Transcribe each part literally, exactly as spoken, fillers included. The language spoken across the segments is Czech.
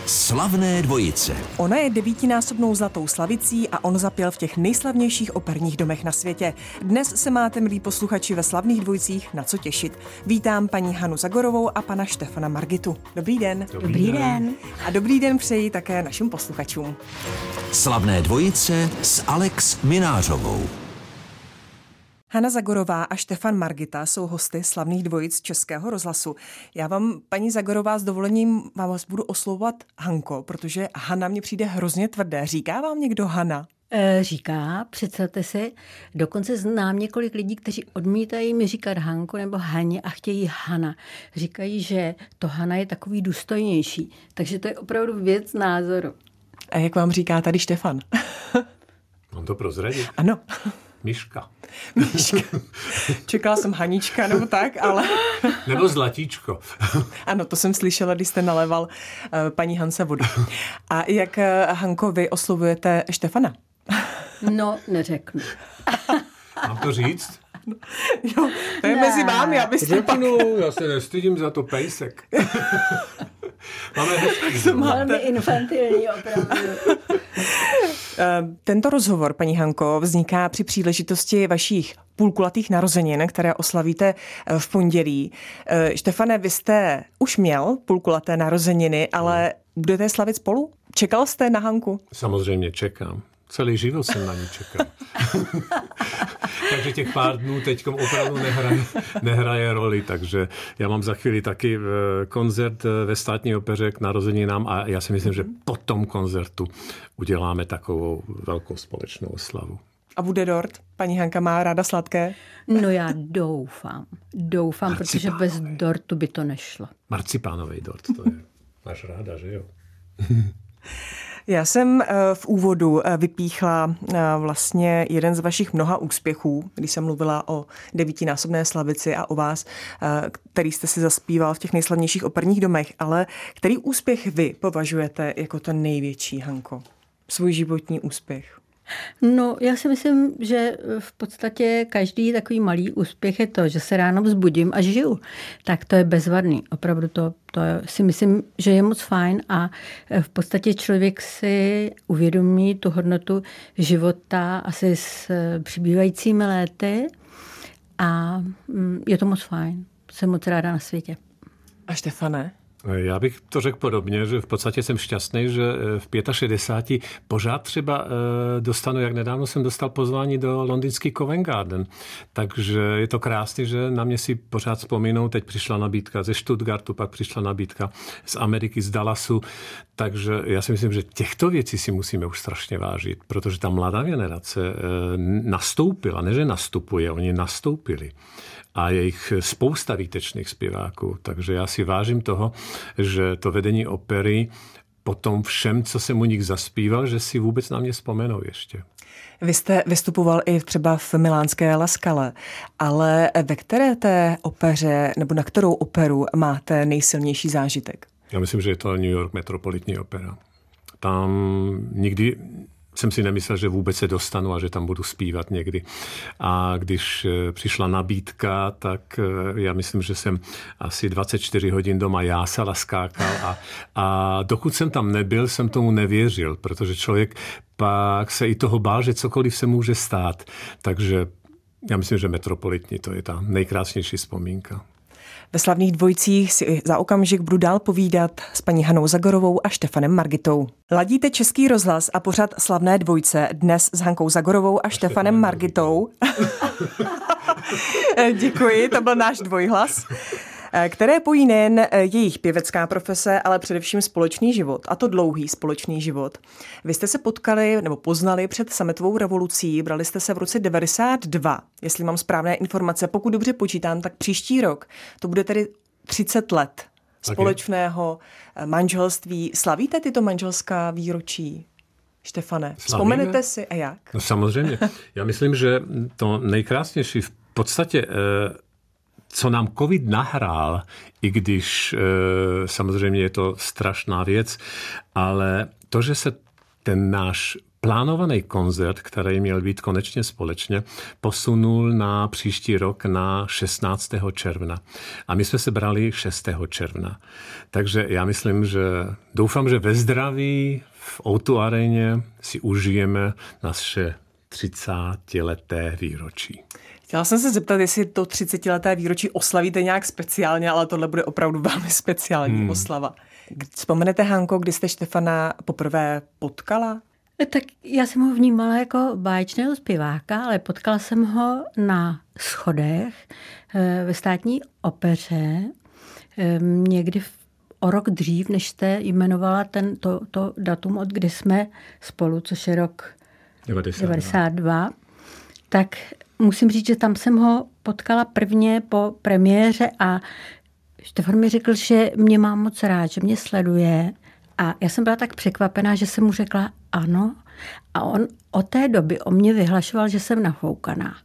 Slavné dvojice. Ona je devítinásobnou zlatou slavicí a on zapěl v těch nejslavnějších operních domech na světě. Dnes se máte, milí posluchači, ve Slavných dvojicích na co těšit. Vítám paní Hanu Zagorovou a pana Štefana Margitu. Dobrý den. Dobrý den. A dobrý den přeji také našim posluchačům. Slavné dvojice s Alex Minářovou. Hana Zagorová a Štefan Margita jsou hosty Slavných dvojic Českého rozhlasu. Já vám, paní Zagorová, s dovolením vám vás budu oslovovat Hanko, protože Hana mně přijde hrozně tvrdé. Říká vám někdo Hana? E, říká, představte si, dokonce znám několik lidí, kteří odmítají mi říkat Hanko nebo Haně a chtějí Hana. Říkají, že to Hana je takový důstojnější, takže to je opravdu věc názoru. A jak vám říká tady Štefan? Mám to prozradit? Ano. Miška. Miška. Čekala jsem Hanička nebo tak, ale... Nebo Zlatíčko. Ano, to jsem slyšela, když jste naleval uh, paní Hance vodu. A jak, uh, Hanko, vy oslovujete Štefana? No, neřeknu. Mám to říct? Jo, to je ne. Mezi vámi, abyste pak... Řeknu, já se nestydím za to, pejsek. Máme hezký. Velmi infantilní opravdu. Tento rozhovor, paní Hanko, vzniká při příležitosti vašich půlkulatých narozenin, které oslavíte v pondělí. Štefane, vy jste už měl půlkulaté narozeniny, ale budete slavit spolu? Čekal jste na Hanku? Samozřejmě čekám. Celý život jsem na ní čekal. Takže těch pár dnů teď opravdu nehraje, nehraje roli, takže já mám za chvíli taky koncert ve Státní opeře k narozeninám a já si myslím, že po tom koncertu uděláme takovou velkou společnou oslavu. A bude dort? Paní Hanka má ráda sladké? No já doufám. Doufám, Marcipánové. Protože bez dortu by to nešlo. Marcipánový dort, to je. Máš ráda, že jo? Já jsem v úvodu vypíchla vlastně jeden z vašich mnoha úspěchů, když jsem mluvila o devítinásobné slavici a o vás, který jste si zaspíval v těch nejslavnějších operních domech, ale který úspěch vy považujete jako ten největší, Hanko? Svůj životní úspěch? No, já si myslím, že v podstatě každý takový malý úspěch je to, že se ráno vzbudím a žiju. Tak to je bezvadný. Opravdu to, to si myslím, že je moc fajn a v podstatě člověk si uvědomí tu hodnotu života asi s přibývajícími léty a je to moc fajn. Jsem moc ráda na světě. A Štefane? Já bych to řekl podobně, že v podstatě jsem šťastný, že v šedesáti pěti pořád třeba dostanu, jak nedávno jsem dostal pozvání do londýnský Covent Garden. Takže je to krásný, že na mě si pořád vzpomínou. Teď přišla nabídka ze Stuttgartu, pak přišla nabídka z Ameriky, z Dallasu. Takže já si myslím, že těchto věcí si musíme už strašně vážit, protože ta mladá generace nastoupila, ne že nastupuje, oni nastoupili. A je jich spousta výtečných zpěváků. Takže já si vážím toho, že to vedení opery po tom všem, co jsem u nich zaspíval, že si vůbec na mě vzpomenou ještě. Vy jste vystupoval i třeba v milánské La Scale, ale ve které té opeře, nebo na kterou operu máte nejsilnější zážitek? Já myslím, že je to New York Metropolitní opera. Tam nikdy jsem si nemyslel, že vůbec se dostanu a že tam budu zpívat někdy. A když přišla nabídka, tak já myslím, že jsem asi dvacet čtyři hodin doma jásal a skákal a, a dokud jsem tam nebyl, jsem tomu nevěřil, protože člověk pak se i toho bál, že cokoliv se může stát. Takže já myslím, že Metropolitní to je ta nejkrásnější vzpomínka. Ve Slavných dvojicích si za okamžik budu dál povídat s paní Hanou Zagorovou a Štefanem Margitou. Ladíte Český rozhlas a pořad Slavné dvojce dnes s Hankou Zagorovou a Štefanem Margitou. Děkuji, to byl náš dvojhlas, které pojí nejen jejich pěvecká profese, ale především společný život, a to dlouhý společný život. Vy jste se potkali nebo poznali před sametovou revolucí, brali jste se v roce devadesát dva, jestli mám správné informace. Pokud dobře počítám, tak příští rok to bude tedy třicet let společného manželství. Slavíte tyto manželská výročí? Štefane, vzpomenete si a jak? No samozřejmě. Já myslím, že to nejkrásnější v podstatě co nám covid nahrál, i když e, samozřejmě je to strašná věc, ale to, že se ten náš plánovaný koncert, který měl být konečně společně, posunul na příští rok na šestnáctého června. A my jsme se brali šestého června. Takže já myslím, že doufám, že ve zdraví v ó dva aréně si užijeme naše třicetileté výročí. Chtěla jsem se zeptat, jestli to třicetileté výročí oslavíte nějak speciálně, ale tohle bude opravdu velmi speciální hmm. oslava. Vzpomenete, Hanko, kdy jste Štefana poprvé potkala? Tak já jsem ho vnímala jako báječného zpěváka, ale potkala jsem ho na schodech ve Státní opeře někdy o rok dřív, než jste jmenovala ten, to, to datum, od kdy jsme spolu, což je rok devadesát dva. Tak musím říct, že tam jsem ho potkala prvně po premiéře a Štefan mi řekl, že mě má moc rád, že mě sleduje. A já jsem byla tak překvapená, že jsem mu řekla ano. A on od té doby o mě vyhlašoval, že jsem nafoukaná.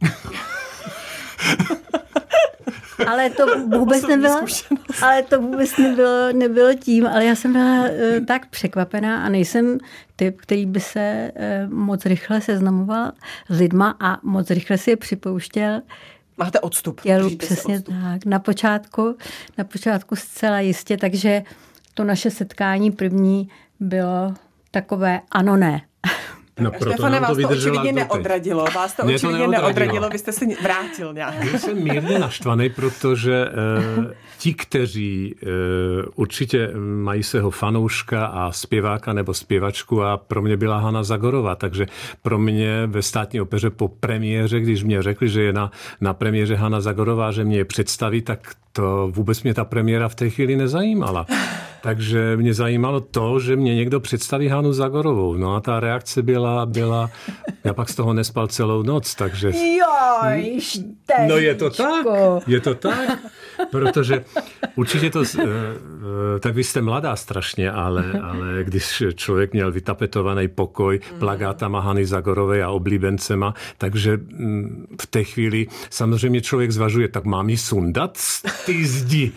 Ale to vůbec nebylo, ale to vůbec nebylo, nebylo tím, ale já jsem byla uh, tak překvapená a nejsem typ, který by se uh, moc rychle seznamoval s lidma a moc rychle si je připouštěl. Máte odstup. Tělu, přesně odstup. Tak. Na počátku, na počátku zcela jistě, takže to naše setkání první bylo takové ano, ne. No, Štefane, vás to očividně neodradilo. Vás to očividně neodradilo, vy jste se vrátil nějak. Já jsem mírně naštvaný, protože uh, ti, kteří uh, určitě mají svého fanouška a zpěváka nebo zpěvačku a pro mě byla Hana Zagorová, takže pro mě ve Státní opeře po premiéře, když mě řekli, že je na, na premiéře Hana Zagorová, že mě je představí, tak to vůbec mě ta premiéra v té chvíli nezajímala. Takže mě zajímalo to, že mě někdo představí Hanu Zagorovou. No a ta reakce byla, byla já pak z toho nespal celou noc, takže... Joj, Štefčko. No je to tak, je to tak, protože určitě to... Tak vy jste mladá strašně, ale, ale když člověk měl vytapetovaný pokoj plakátama Hany Zagorové a oblíbencema, takže v té chvíli samozřejmě člověk zvažuje, tak mám ji sundat z ty zdi.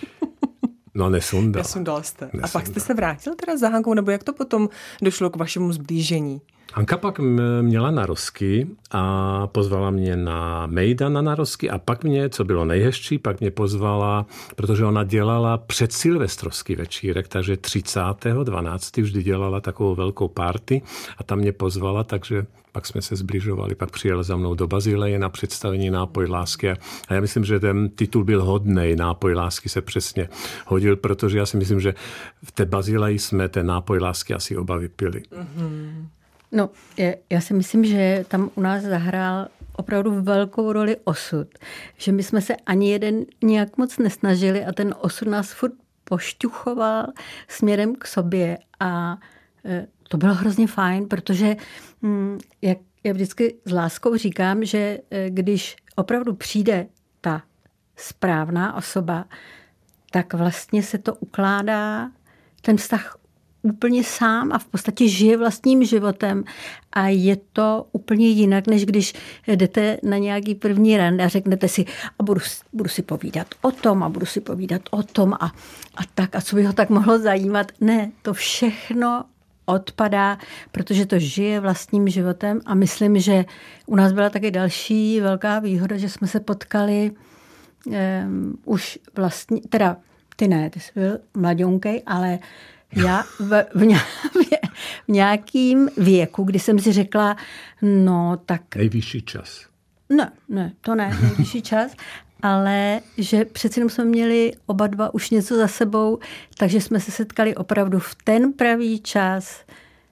No nesundal. Nesundal jste. Nesundal. A pak jste se vrátil teda za Hankou, nebo jak to potom došlo k vašemu zblížení? Hanka pak měla narozky a pozvala mě na Mejdan na narozky a pak mě, co bylo nejhezčí, pak mě pozvala, protože ona dělala předsilvestrovský večírek, takže třicátého dvanáctého vždy dělala takovou velkou party a tam mě pozvala, takže pak jsme se zbližovali, pak přijel za mnou do Bazileje na představení Nápoj lásky a já myslím, že ten titul byl hodnej, Nápoj lásky se přesně hodil, protože já si myslím, že v té Bazileji jsme ten Nápoj lásky asi oba vypili. Mm-hmm. No, já si myslím, že tam u nás zahrál opravdu velkou roli osud. Že my jsme se ani jeden nějak moc nesnažili a ten osud nás furt pošťuchoval směrem k sobě a to bylo hrozně fajn, protože jak já vždycky s láskou říkám, že když opravdu přijde ta správná osoba, tak vlastně se to ukládá ten vztah úplně sám a v podstatě žije vlastním životem a je to úplně jinak, než když jdete na nějaký první rande a řeknete si a budu, budu si povídat o tom a budu si povídat o tom a, a tak a co by ho tak mohlo zajímat. Ne, to všechno odpadá, protože to žije vlastním životem a myslím, že u nás byla taky další velká výhoda, že jsme se potkali um, už vlastně, teda ty ne, ty jsi byl mladionkej, ale já v, v, v nějakým věku, kdy jsem si řekla, no tak... Nejvyšší čas. Ne, ne, to ne, nejvyšší čas, ale že přeci jenom jsme měli oba dva už něco za sebou, takže jsme se setkali opravdu v ten pravý čas,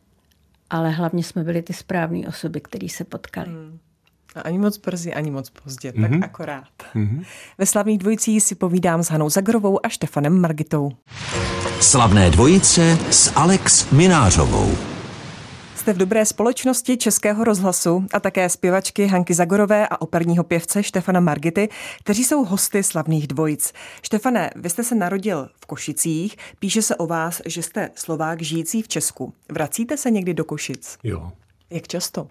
ale hlavně jsme byli ty správné osoby, které se potkali. Hmm. A ani moc brzy, ani moc pozdě, mm-hmm. tak akorát. Mm-hmm. Ve Slavných dvojicích si povídám s Hanou Zagorovou a Štefanem Margitou. Slavné dvojice s Alex Minářovou. Jste v dobré společnosti Českého rozhlasu a také zpěvačky Hanky Zagorové a operního pěvce Štefana Margity, kteří jsou hosty Slavných dvojic. Štefane, vy jste se narodil v Košicích, píše se o vás, že jste Slovák žijící v Česku. Vracíte se někdy do Košic? Jo. Jak často?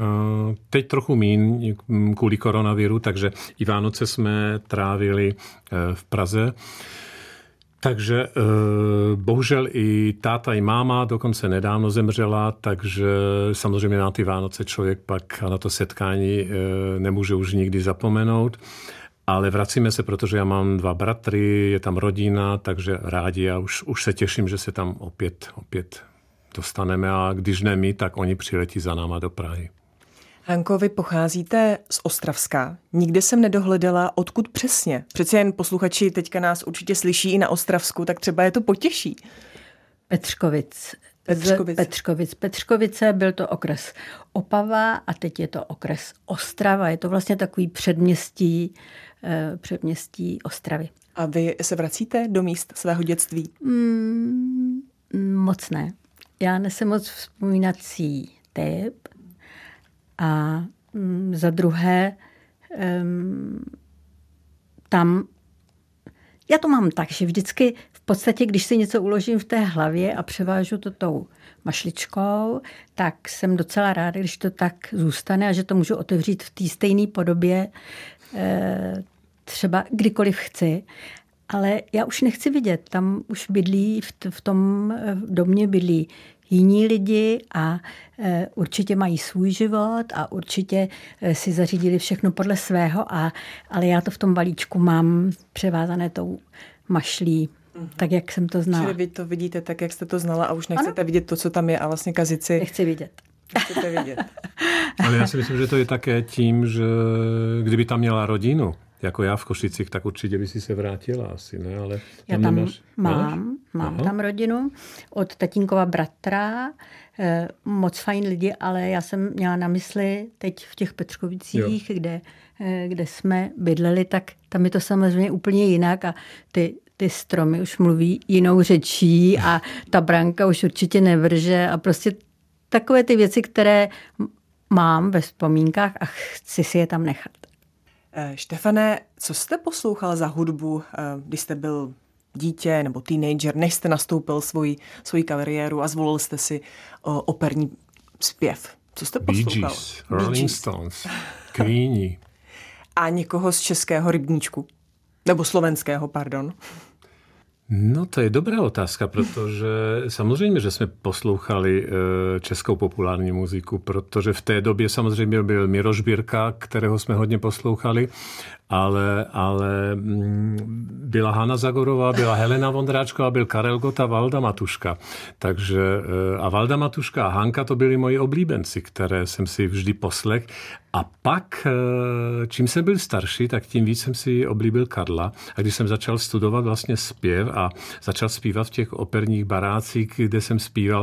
Teď trochu míň kvůli koronaviru, takže i Vánoce jsme trávili v Praze. Takže bohužel i táta, i máma dokonce nedávno zemřela, takže samozřejmě na ty Vánoce člověk pak a na to setkání nemůže už nikdy zapomenout. Ale vracíme se, protože já mám dva bratry, je tam rodina, takže rádi a už, už se těším, že se tam opět, opět dostaneme a když ne my, tak oni přiletí za náma do Prahy. Hanko, vy pocházíte z Ostravska. Nikde jsem nedohledala, odkud přesně. Přece jen posluchači teďka nás určitě slyší i na Ostravsku, tak třeba je to potěší. Petřkovic. Petřkovic. Petřkovic. Petřkovice, byl to okres Opava a teď je to okres Ostrava. Je to vlastně takový předměstí, předměstí Ostravy. A vy se vracíte do míst svého dětství? Mm, moc ne. Já nesem moc vzpomínací typ. A mm, za druhé, um, tam, já to mám tak, že vždycky v podstatě, když si něco uložím v té hlavě a převážu to tou mašličkou, tak jsem docela ráda, když to tak zůstane a že to můžu otevřít v té stejné podobě e, třeba kdykoliv chci. Ale já už nechci vidět, tam už bydlí, v, v tom domě bydlí jiní lidi a e, určitě mají svůj život a určitě e, si zařídili všechno podle svého, a, ale já to v tom balíčku mám převázané tou mašlí, mm-hmm. tak, jak jsem to znala. Čili vy to vidíte tak, jak jste to znala a už nechcete ano. vidět to, co tam je a vlastně kazit si. Nechci vidět. Nechcete vidět. Ale já si myslím, že to je také tím, že kdyby tam měla rodinu, jako já v Košicích, tak určitě by si se vrátila asi, ne? Ale tam já tam nemáš, mám, máš? mám Aha. tam rodinu od tatínkova bratra, eh, moc fajn lidi, ale já jsem měla na mysli teď v těch Petřkovicích, kde, eh, kde jsme bydleli, tak tam je to samozřejmě úplně jinak a ty ty stromy už mluví jinou řečí a ta branka už určitě nevrže a prostě takové ty věci, které mám ve vzpomínkách a chci si je tam nechat. Štefane, co jste poslouchal za hudbu, když jste byl dítě nebo teenager, než jste nastoupil svoji, svoji kariéru a zvolil jste si o, operní zpěv? Co jste poslouchal? Bee Gees, Rolling Stones, Queeni. A někoho z českého rybníčku? Nebo slovenského, pardon. No to je dobrá otázka, protože samozřejmě, že jsme poslouchali českou populární muziku, protože v té době samozřejmě byl Miroš Birka, kterého jsme hodně poslouchali, ale, ale byla Hana Zagorová, byla Helena Vondráčková, byl Karel Gott a Valda Matuška. Takže a Valda Matuška a Hanka to byli moji oblíbenci, které jsem si vždy poslech. A pak, čím jsem byl starší, tak tím víc jsem si oblíbil Karla. A když jsem začal studovat vlastně zpěv a začal zpívat v těch operních barácích, kde jsem zpíval,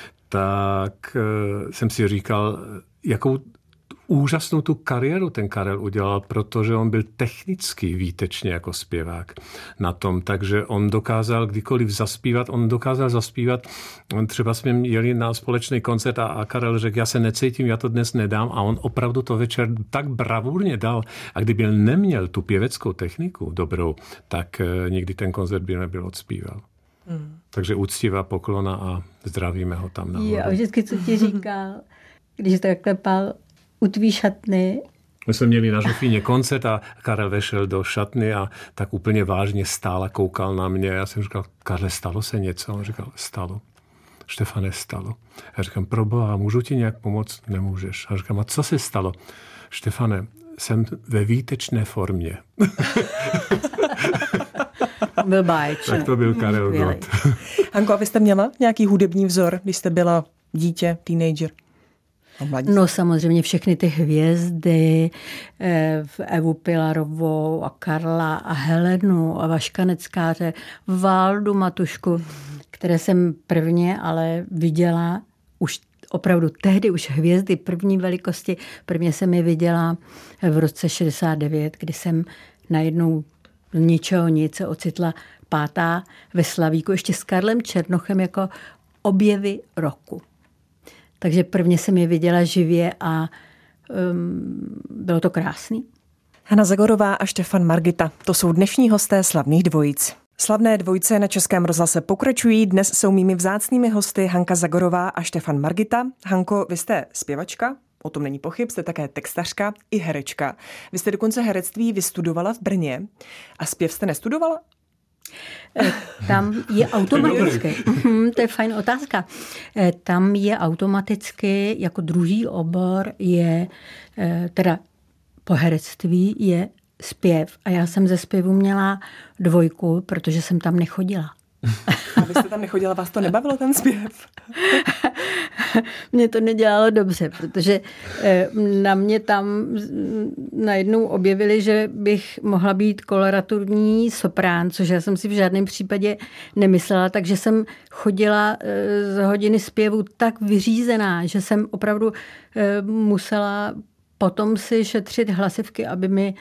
tak jsem si říkal, jakou úžasnou tu kariéru ten Karel udělal, protože on byl technicky výtečně jako zpěvák na tom, takže on dokázal kdykoliv zaspívat, on dokázal zaspívat, třeba jsme jeli na společný koncert a, a Karel řekl, já se necítím, já to dnes nedám a on opravdu to večer tak bravurně dal a kdyby neměl tu pěveckou techniku dobrou, tak nikdy ten koncert by nebyl odspíval. Hmm. Takže úctivá poklona a zdravíme ho tam nahoru. Jo, vždycky co ti říkal, když to klepal u tvý šatny. My jsme měli na Žofíně koncert a Karel vešel do šatny a tak úplně vážně stál a koukal na mě. Já jsem říkal, Karle, stalo se něco? On říkal, stalo. Štefane, stalo. Já říkám, proboha, můžu ti nějak pomoct? Nemůžeš. A říkám, a co se stalo? Štefane, jsem ve výtečné formě. Byl báječný. Tak to byl Karel Gott. Hanko, a vy jste měla nějaký hudební vzor, když jste byla dítě, teenager? No samozřejmě všechny ty hvězdy, Evu Pilarovou a Karla a Helenu a Vaška Neckáře, Valdu Matušku, které jsem prvně ale viděla už opravdu tehdy už hvězdy první velikosti. Prvně jsem je viděla v roce šedesát devět, kdy jsem najednou z ničeho nic se ocitla pátá ve Slavíku, ještě s Karlem Černochem jako objevy roku. Takže prvně jsem je viděla živě a um, bylo to krásný. Hana Zagorová a Štefan Margita, to jsou dnešní hosté Slavných dvojic. Slavné dvojice na Českém rozhlase pokračují. Dnes jsou mými vzácnými hosty Hanka Zagorová a Štefan Margita. Hanko, vy jste zpěvačka, o tom není pochyb, jste také textařka i herečka. Vy jste dokonce herectví vystudovala v Brně a zpěv jste nestudovala? Tam je automaticky, to je fajn otázka, tam je automaticky jako druhý obor je, teda po herectví je zpěv. A já jsem ze zpěvu měla dvojku, protože jsem tam nechodila. A vy jste tam nechodila, vás to nebavilo ten zpěv? Mě to nedělalo dobře, protože na mě tam najednou objevili, že bych mohla být koloraturní soprán, což já jsem si v žádném případě nemyslela, takže jsem chodila z hodiny zpěvu tak vyřízená, že jsem opravdu musela potom si šetřit hlasivky, aby mi,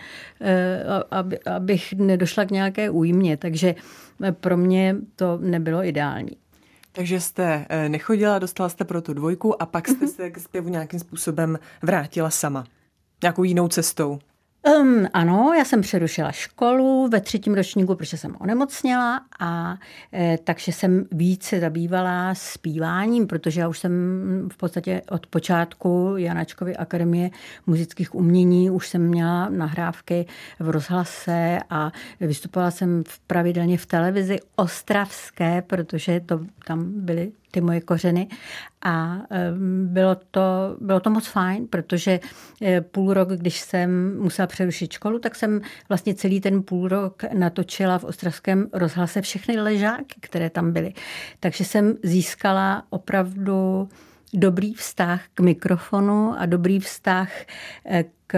aby, abych nedošla k nějaké újmě, takže pro mě to nebylo ideální. Takže jste nechodila, dostala jste pro tu dvojku a pak jste se k zpěvu nějakým způsobem vrátila sama. Nějakou jinou cestou. Um, ano, já jsem přerušila školu ve třetím ročníku, protože jsem onemocněla a e, takže jsem více zabývala zpíváním, protože já už jsem v podstatě od počátku Janáčkovy akademie muzických umění, už jsem měla nahrávky v rozhlase a vystupovala jsem v, pravidelně v televizi ostravské, protože to tam byly ty moje kořeny a bylo to, bylo to moc fajn, protože půl rok, když jsem musela přerušit školu, tak jsem vlastně celý ten půl rok natočila v ostravském rozhlase všechny ležáky, které tam byly. Takže jsem získala opravdu dobrý vztah k mikrofonu a dobrý vztah k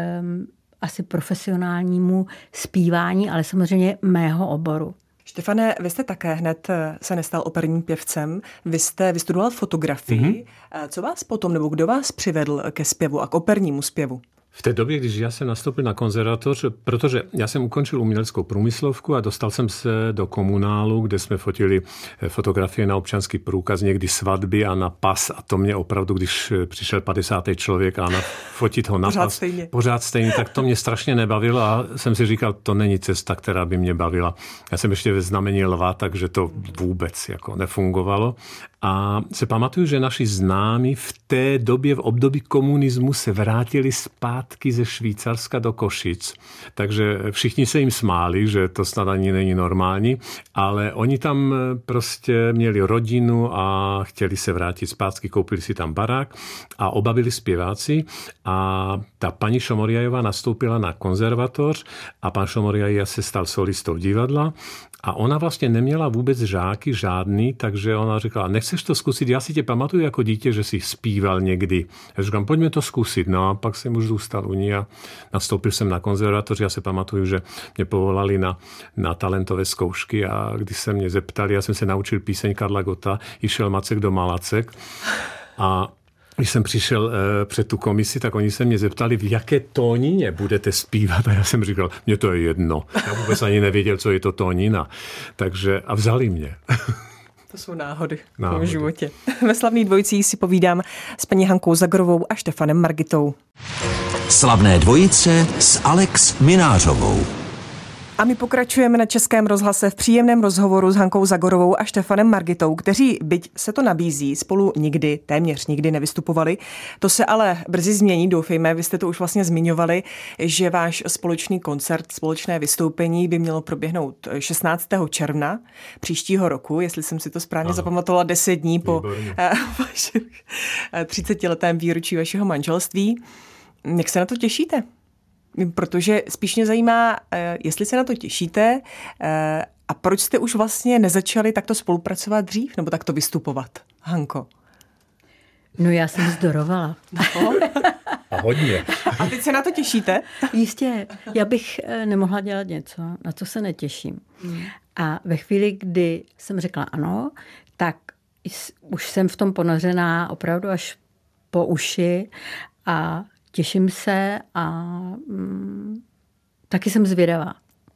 asi profesionálnímu zpívání, ale samozřejmě mého oboru. Štefane, vy jste také hned se nestal operním pěvcem, vy jste vystudoval fotografii. Mm-hmm. Co vás potom, nebo kdo vás přivedl ke zpěvu a k opernímu zpěvu? V té době, když já jsem nastoupil na konzervatoř, protože já jsem ukončil uměleckou průmyslovku a dostal jsem se do komunálu, kde jsme fotili fotografie na občanský průkaz, někdy svatby a na pas a to mě opravdu, když přišel padesátý člověk a na, fotit ho na pořád pas, stejně. pořád stejně, tak to mě strašně nebavilo a jsem si říkal, to není cesta, která by mě bavila. Já jsem ještě ve znamení lva, takže to vůbec jako nefungovalo. A se pamatuju, že naši známí v té době, v období komunismu se vrátili zpátky ze Švýcarska do Košic. Takže všichni se jim smáli, že to snad ani není normální, ale oni tam prostě měli rodinu a chtěli se vrátit zpátky, koupili si tam barák a oba byli zpěváci a ta paní Šomoriajová nastoupila na konzervatoř a pan Šomoriaj se stal solistou divadla. A ona vlastně neměla vůbec žáky, žádný, takže ona říkala, nechceš to zkusit? Já si tě pamatuju jako dítě, že jsi zpíval někdy. Já říkám, pojďme to zkusit. No a pak jsem už zůstal u ní a nastoupil jsem na konzervatoř. Já se pamatuju, že mě povolali na, na talentové zkoušky a když se mě zeptali, já jsem se naučil píseň Karla Gotta, Išel Macek do Malacek a když jsem přišel e, před tu komisi, tak oni se mě zeptali, v jaké tónině budete zpívat. A já jsem říkal, mně to je jedno. Já vůbec ani nevěděl, co je to tónina. Takže a vzali mě. To jsou náhody, náhody. v životě. Ve Slavných dvojicích si povídám s paní Hankou Zagorovou a Štefanem Margitou. Slavné dvojice s Alex Minářovou. A my pokračujeme na Českém rozhlase v příjemném rozhovoru s Hankou Zagorovou a Štefanem Margitou, kteří, byť se to nabízí, spolu nikdy, téměř nikdy nevystupovali. To se ale brzy změní, doufejme. Vy jste to už vlastně zmiňovali, že váš společný koncert, společné vystoupení by mělo proběhnout šestnáctého června příštího roku, jestli jsem si to správně ano. zapamatovala, deset dní po vašem třicetiletém výročí vašeho manželství. Jak se na to těšíte? Protože spíš mě zajímá, jestli se na to těšíte a proč jste už vlastně nezačali takto spolupracovat dřív nebo takto vystupovat, Hanko? No já jsem zdorovala. No. A hodně. A teď se na to těšíte? Jistě, já bych nemohla dělat něco, na co se netěším. Hmm. A ve chvíli, kdy jsem řekla ano, tak už jsem v tom ponořená opravdu až po uši a těším se a mm, taky jsem zvědavá.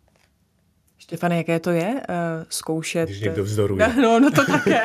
Štefane, jaké to je uh, zkoušet? Když někdo vzdoruje. No, no to také.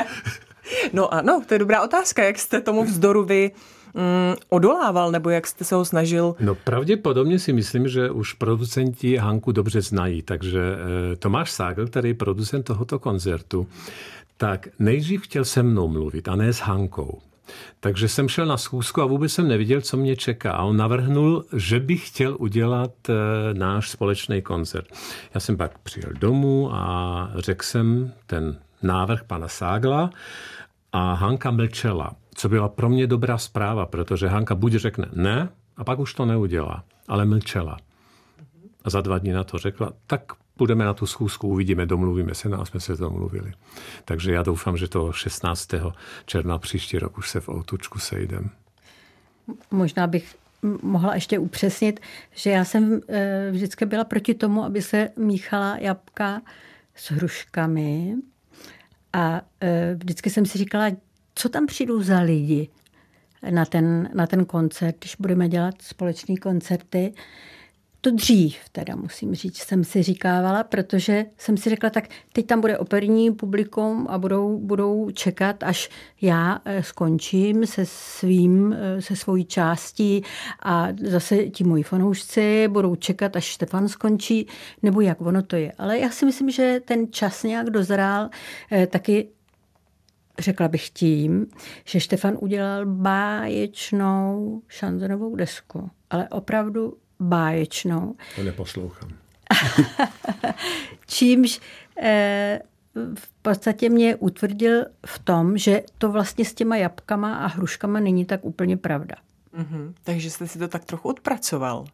No ano, to je dobrá otázka. Jak jste tomu vzdoru vy mm, odolával, nebo jak jste se ho snažil? No pravděpodobně si myslím, že už producenti Hanku dobře znají. Takže eh, Tomáš Ságl, který je producent tohoto koncertu, tak nejdřív chtěl se mnou mluvit a ne s Hankou. Takže jsem šel na schůzku a vůbec jsem neviděl, co mě čeká. A on navrhnul, že bych chtěl udělat náš společný koncert. Já jsem pak přijel domů a řekl jsem ten návrh pana Ságla a Hanka mlčela, co byla pro mě dobrá zpráva, protože Hanka buď řekne ne a pak už to neudělá, ale mlčela. A za dva dny na to řekla, tak půjdeme na tu schůzku, uvidíme, domluvíme se, no a jsme se domluvili. Takže já doufám, že to šestnáctého června příští rok už se v Outučku sejdem. Možná bych mohla ještě upřesnit, že já jsem vždycky byla proti tomu, aby se míchala jablka s hruškami a vždycky jsem si říkala, co tam přijdou za lidi na ten, na ten koncert, když budeme dělat společné koncerty. To dřív, teda musím říct, jsem si říkávala, protože jsem si řekla, tak teď tam bude operní publikum a budou, budou čekat, až já skončím se svým, se svojí částí a zase ti moji fanoušci budou čekat, až Štefan skončí, nebo jak ono to je. Ale já si myslím, že ten čas nějak dozrál taky, řekla bych tím, že Štefan udělal báječnou šanzonovou desku, ale opravdu báječnou. To neposlouchám. Čímž eh, v podstatě mě utvrdil v tom, že to vlastně s těma jabkama a hruškama není tak úplně pravda. Mm-hmm. Takže jste si to tak trochu odpracoval.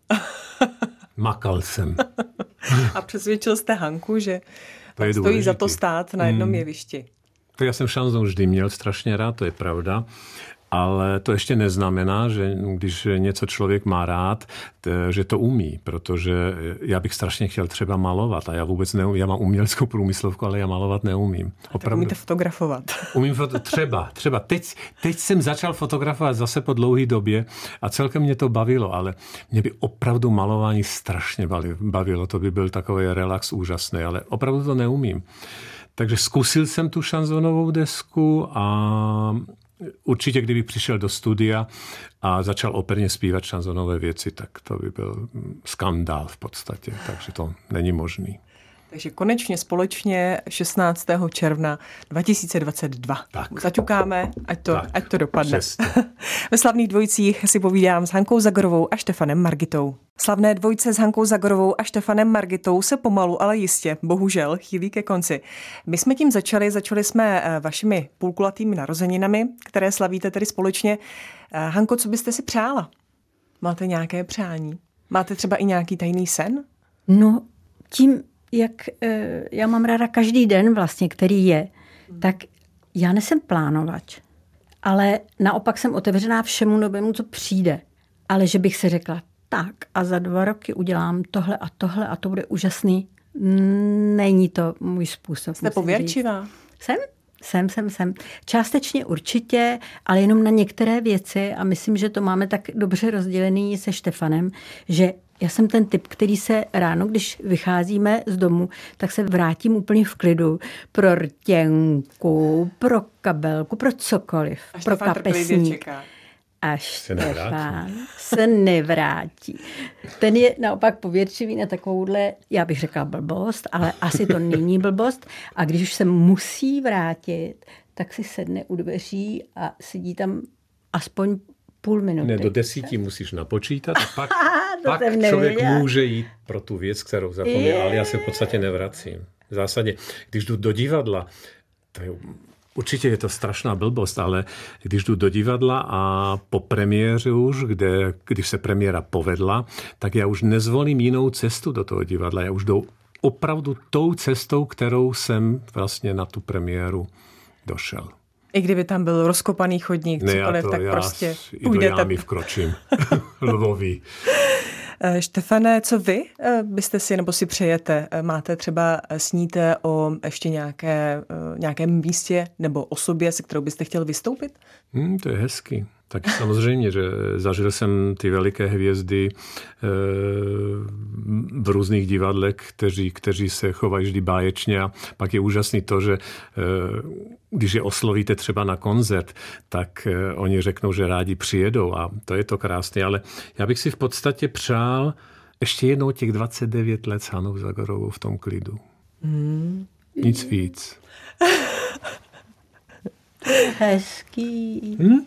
Makal jsem. A přesvědčil jste Hanku, že to stojí důležitý. Za to stát na jednom mm. jevišti. To já jsem šanzon vždy měl strašně rád, to je pravda. Ale to ještě neznamená, že když něco člověk má rád, že to umí, protože já bych strašně chtěl třeba malovat a já vůbec neumím, já mám uměleckou průmyslovku, ale já malovat neumím. Opravdu. Umíte fotografovat? Umím foto, třeba, třeba. Teď, teď jsem začal fotografovat zase po dlouhé době a celkem mě to bavilo, ale mě by opravdu malování strašně bavilo, to by byl takový relax úžasný, ale opravdu to neumím. Takže zkusil jsem tu šanzonovou desku a určitě, kdybych přišel do studia a začal operně zpívat šanzonové věci, tak to by byl skandál v podstatě, takže to není možný. Takže konečně společně šestnáctého června dva tisíce dvacet dva. Tak. Zaťukáme, ať to, tak, ať to dopadne. Přesně. Ve slavných dvojicích si povídám s Hankou Zagorovou a Štefanem Margitou. Slavné dvojice s Hankou Zagorovou a Štefanem Margitou se pomalu, ale jistě, bohužel, chýlí ke konci. My jsme tím začali, začali jsme vašimi půlkulatými narozeninami, které slavíte tedy společně. Hanko, co byste si přála? Máte nějaké přání? Máte třeba i nějaký tajný sen? No, tím, jak já mám ráda každý den vlastně, který je, tak já nejsem plánovač, ale naopak jsem otevřená všemu novému, co přijde. Ale že bych si řekla, tak a za dva roky udělám tohle a tohle a to bude úžasný, není to můj způsob. Jste pověrčivá? Jsem? Jsem, jsem, jsem. Částečně určitě, ale jenom na některé věci a myslím, že to máme tak dobře rozdělený se Štefanem, že já jsem ten typ, který se ráno, když vycházíme z domu, tak se vrátím úplně v klidu pro rtěnku, pro kabelku, pro cokoliv, a pro kapesník. A Štefan se nevrátí. Ten je naopak pověrčivý na takovouhle, já bych řekla blbost, ale asi to není blbost. A když už se musí vrátit, tak si sedne u dveří a sedí tam aspoň půl minuty. Ne, do desíti musíš napočítat a pak, pak člověk může jít pro tu věc, kterou zapomněl, ale já se v podstatě nevracím. V zásadě, když jdu do divadla, to je, určitě je to strašná blbost, ale když jdu do divadla a po premiéře už, kde, když se premiéra povedla, tak já už nezvolím jinou cestu do toho divadla. Já už jdu opravdu tou cestou, kterou jsem vlastně na tu premiéru došel. I kdyby tam byl rozkopaný chodník, ne, cokoliv, to, tak já prostě půjdete. Já mi vkročím. Lvový. Štefane, co vy byste si, nebo si přejete? Máte třeba, sníte o ještě nějaké, nějakém místě nebo osobě, se kterou byste chtěl vystoupit? Hmm, to je hezky. Tak samozřejmě, že zažil jsem ty veliké hvězdy e, v různých divadlech, kteří, kteří se chovají vždy báječně a pak je úžasný to, že e, když je oslovíte třeba na koncert, tak e, oni řeknou, že rádi přijedou a to je to krásné, ale já bych si v podstatě přál ještě jednou těch dvacet devět let s Hanou Zagorovou v tom klidu. Hmm. Nic víc. Hezký. Hmm?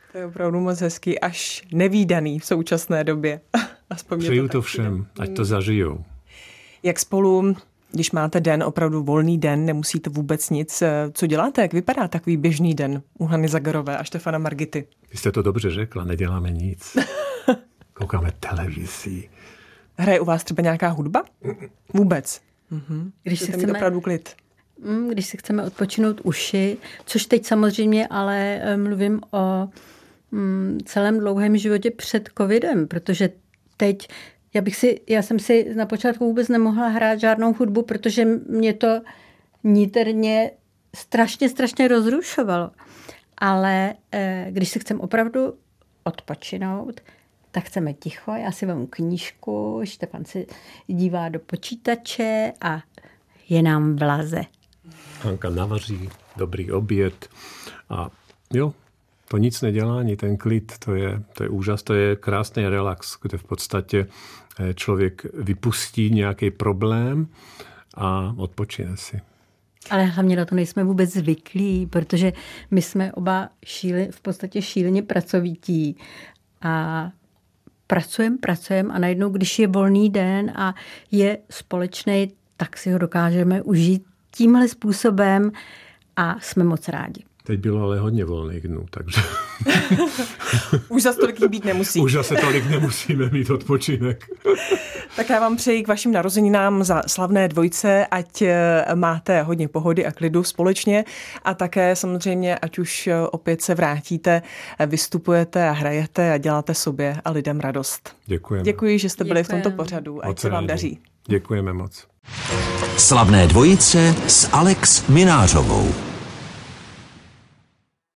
To je opravdu moc hezký, až nevídaný v současné době. Aspoň Přeju to, to všem, ať to zažijou. Jak spolu, když máte den, opravdu volný den, nemusíte vůbec nic, co děláte? Jak vypadá takový běžný den u Hany Zagarové a Štefana Margity? Vy jste to dobře řekla, neděláme nic. Koukáme televizi. Hraje u vás třeba nějaká hudba? Vůbec. Mhm. Když si se chceme opravdu klid. Když si chceme odpočinout uši, což teď samozřejmě, ale mluvím o celém dlouhém životě před covidem, protože teď já bych si, já jsem si na počátku vůbec nemohla hrát žádnou hudbu, protože mě to niterně strašně, strašně rozrušovalo. Ale když si chceme opravdu odpočinout, tak chceme ticho, já si vemu knížku, Štefan si dívá do počítače a je nám vlaze. Hanka navaří dobrý oběd a jo, to nic nedělání, ten klid, to je, to je úžas, to je krásný relax, kde v podstatě člověk vypustí nějaký problém a odpočine si. Ale hlavně na to nejsme vůbec zvyklí, protože my jsme oba šíli, v podstatě šíleně pracovití a pracujeme, pracujeme a najednou, když je volný den a je společný, tak si ho dokážeme užít tímhle způsobem a jsme moc rádi. Teď bylo ale hodně volných dnů, takže... Už zase tolik být nemusí. Už zase tolik nemusíme mít odpočinek. Tak já vám přeji k vašim narozeninám za slavné dvojce, ať máte hodně pohody a klidu společně a také samozřejmě, ať už opět se vrátíte, vystupujete a hrajete a děláte sobě a lidem radost. Děkujeme. Děkuji, že jste byli Děkujeme. v tomto pořadu. Ať Moc se vám rádi. daří. Děkujeme moc. Slavné dvojice s Alex Minářovou.